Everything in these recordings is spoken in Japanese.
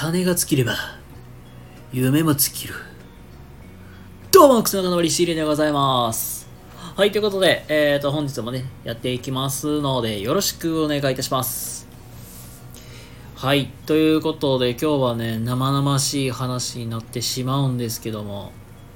金が尽きれば夢も尽きる。どうも、くすのかのりしりでございます。はい、ということで、本日もねやっていきますのでよろしくお願いいたします。はい、ということで今日はね生々しい話になってしまうんですけども、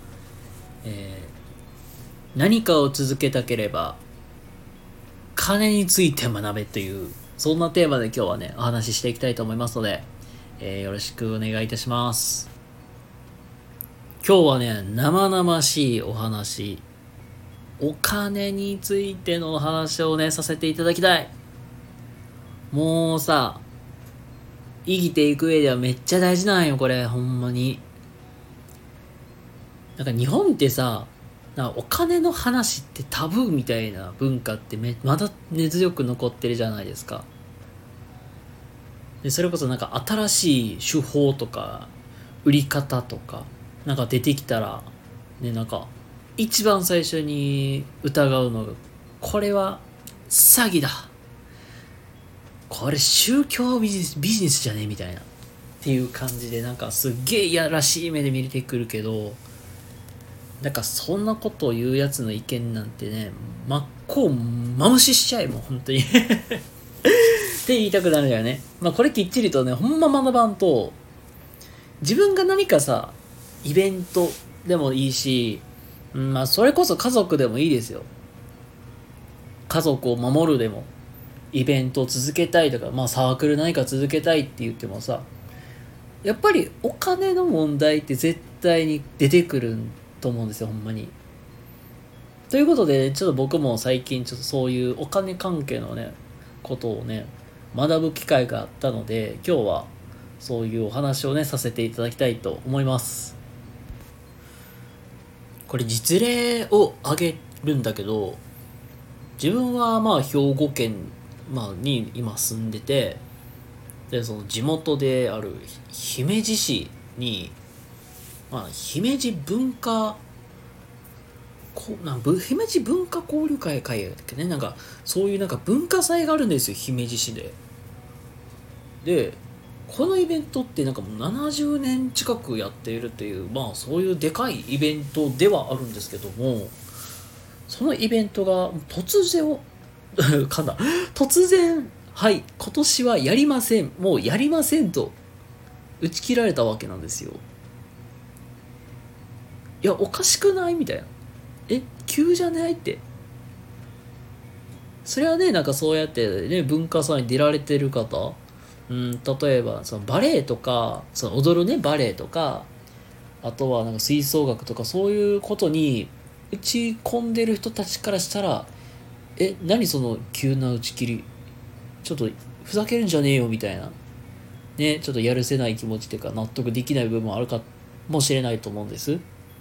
何かを続けたければ金について学べというそんなテーマで今日はねお話ししていきたいと思いますので、よろしくお願いいたします。今日はね生々しいお話、お金についてのお話をねさせていただきたい。もうさ、生きていく上ではめっちゃ大事なんよこれ、ほんまに。なんか日本ってさ、なんかお金の話ってタブーみたいな文化ってまだ根強く残ってるじゃないですか。でそれこそなんか新しい手法とか売り方とかなんか出てきたらね、なんか一番最初に疑うのが、これは詐欺だ、これ宗教ビジネスじゃねえみたいなっていう感じで、なんかすっげえいやらしい目で見れてくるけど、なんかそんなことを言うやつの意見なんてね、真っ向まむししちゃえ、もう本当にって言いたくなるんだよね。まあこれきっちりとね、ほんま学ばんと、自分が何かさ、イベントでもいいし、まあそれこそ家族でもいいですよ。家族を守るでも、イベントを続けたいとか、まあサークル何か続けたいって言ってもさ、やっぱりお金の問題って絶対に出てくると思うんですよ、ほんまに。ということで、ちょっと僕も最近ちょっとそういうお金関係のね、ことをね、学ぶ機会があったので、今日はそういうお話をね、させていただきたいと思います。これ実例を挙げるんだけど、自分はまあ兵庫県、に今住んでて、でその地元である姫路市に、姫路文化姫路文化交流会だっけね、なんかそういうなんか文化祭があるんですよ、姫路市で。でこのイベントってなんかもう70年近くやっているという、まあそういうでかいイベントではあるんですけども、そのイベントが突然噛んだ突然、はい、今年はやりません、もうやりませんと打ち切られたわけなんですよ。いやおかしくないみたいな、急じゃないって。それはね、なんかそうやってね文化祭に出られてる方、例えばそのバレエとか、その踊るねバレエとか、あとはなんか吹奏楽とか、そういうことに打ち込んでる人たちからしたら、何その急な打ち切り、ちょっとふざけるんじゃねえよみたいなね、ちょっとやるせない気持ちというか納得できない部分もあるかもしれないと思うんです。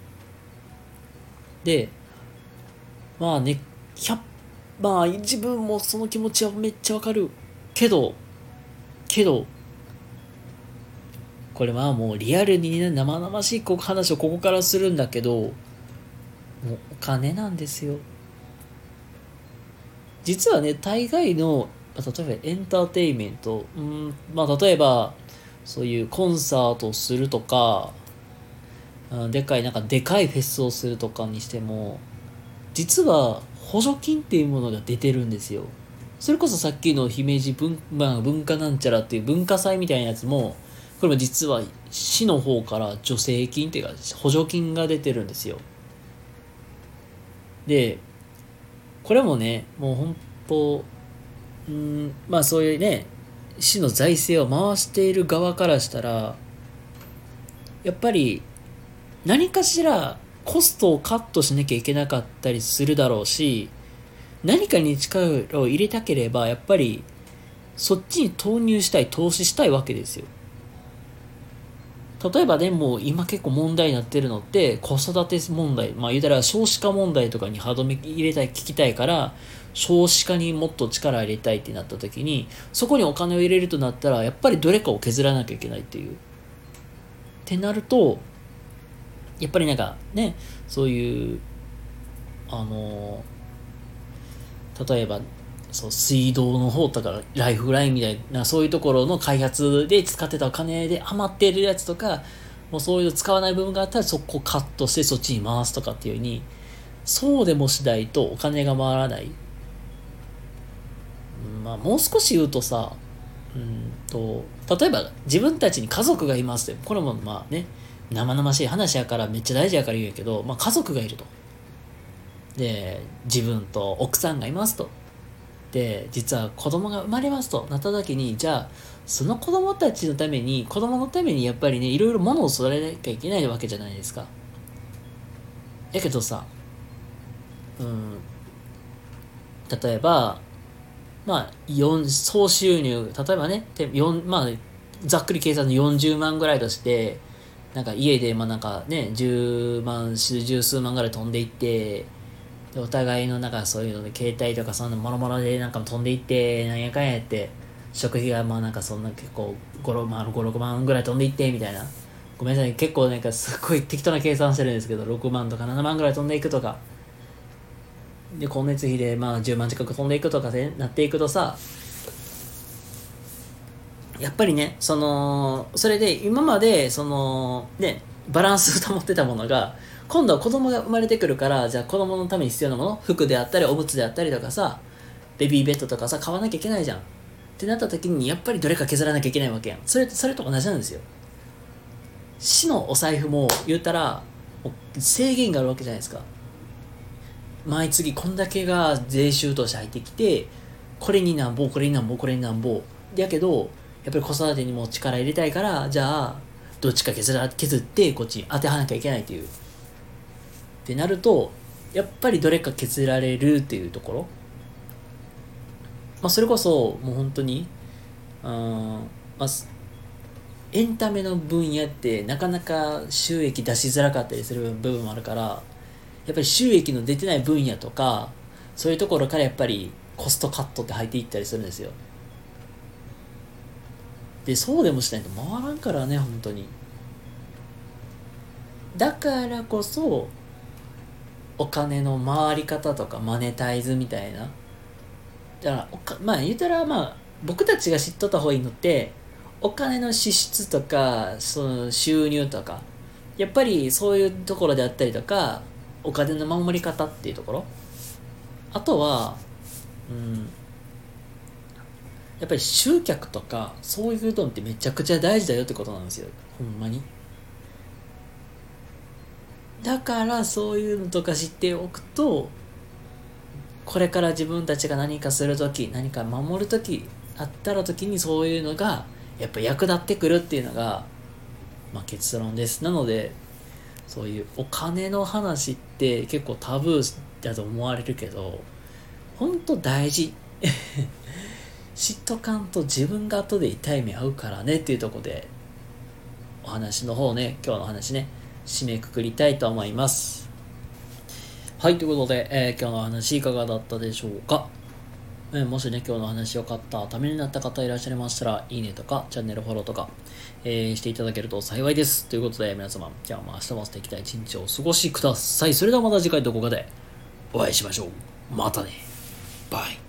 でまあね、自分もその気持ちはめっちゃわかるけど、これはもうリアルにね生々しい話をここからするんだけど、もうお金なんですよ。実はね、大概の例えばエンターテインメント、例えばそういうコンサートをするとか、でかいフェスをするとかにしても、実は補助金っていうものが出てるんですよ。それこそさっきの姫路文化なんちゃらっていう文化祭みたいなやつも、これも実は市の方から助成金っていうか補助金が出てるんですよ。でこれもね、もう本当、そういうね市の財政を回している側からしたら、やっぱり何かしらコストをカットしなきゃいけなかったりするだろうし、何かに力を入れたければやっぱりそっちに投資したいわけですよ。例えばね、もう今結構問題になってるのって子育て問題、言うたら少子化問題とかに歯止め聞きたいから、少子化にもっと力を入れたいってなった時に、そこにお金を入れるとなったらやっぱりどれかを削らなきゃいけないってなると、やっぱりなんかね、そういう例えばそう水道の方とかライフラインみたいなそういうところの開発で使ってたお金で余っているやつとか、もうそういうの使わない部分があったらそこをカットしてそっちに回すとかっていう風に、そうでもしないとお金が回らない。まあもう少し言うとさ、例えば自分たちに家族がいますって、これもまあね生々しい話やからめっちゃ大事やから言うんやけど、まあ家族がいると。で自分と奥さんがいますと。で実は子供が生まれますとなった時に、じゃあその子供たちのために子供のためにやっぱりねいろいろ物を育てなきゃいけないわけじゃないですか。やけどさ、例えばまあ総収入例えばねまあざっくり計算で40万ぐらいとして、なんか家でまあなんかね10万十数万ぐらい飛んでいって、でお互いのなんかそういうので携帯とかそんなもろもろでなんか飛んでいって、なんやかんややって食費がまあなんかそんな結構5、6万ぐらい飛んでいってみたいな。ごめんなさい、結構なんかすごい適当な計算してるんですけど、6万とか7万ぐらい飛んでいくとかで、光熱費でまあ10万近く飛んでいくとかでなっていくとさ、やっぱりねそれで今までバランスを保ってたものが、今度は子供が生まれてくるから、じゃあ子供のために必要なもの、服であったりおむつであったりとかさ、ベビーベッドとかさ買わなきゃいけないじゃんってなった時に、やっぱりどれか削らなきゃいけないわけやん。それと同じなんですよ。市のお財布も言ったら制限があるわけじゃないですか。毎月こんだけが税収として入ってきて、これになんぼこれになんぼこれになんぼだけど、やっぱり子育てにも力入れたいから、じゃあどっちか削ってこっちに当てはめなきゃいけないっていうってなると、やっぱりどれか削られるっていうところ、まあそれこそもう本当にまあエンタメの分野ってなかなか収益出しづらかったりする部分もあるから、やっぱり収益の出てない分野とかそういうところからやっぱりコストカットって入っていったりするんですよ。でそうでもしないと回らんからね、本当に。だからこそお金の回り方とかマネタイズみたいな、だからまあ言うたら、まあ僕たちが知っとった方がいいのって、お金の支出とかその収入とか、やっぱりそういうところであったりとか、お金の守り方っていうところ、あとはやっぱり集客とかそういうのってめちゃくちゃ大事だよってことなんですよ、ほんまに。だからそういうのとか知っておくと、これから自分たちが何かするとき、何か守るときあったら時に、そういうのがやっぱ役立ってくるっていうのが、まあ、結論です。なのでそういうお金の話って結構タブーだと思われるけど、本当大事知っとかんと自分が後で痛い目合うからねっていうところで、お話の方ね、今日の話ね締めくくりたいと思います。はい、ということで、今日の話いかがだったでしょうか。もしね今日の話良かった、ためになった方いらっしゃいましたら、いいねとかチャンネルフォローとか、していただけると幸いです。ということで皆様、じゃあ明日も素敵な一日をお過ごしください。それではまた次回どこかでお会いしましょう。またね、バイ。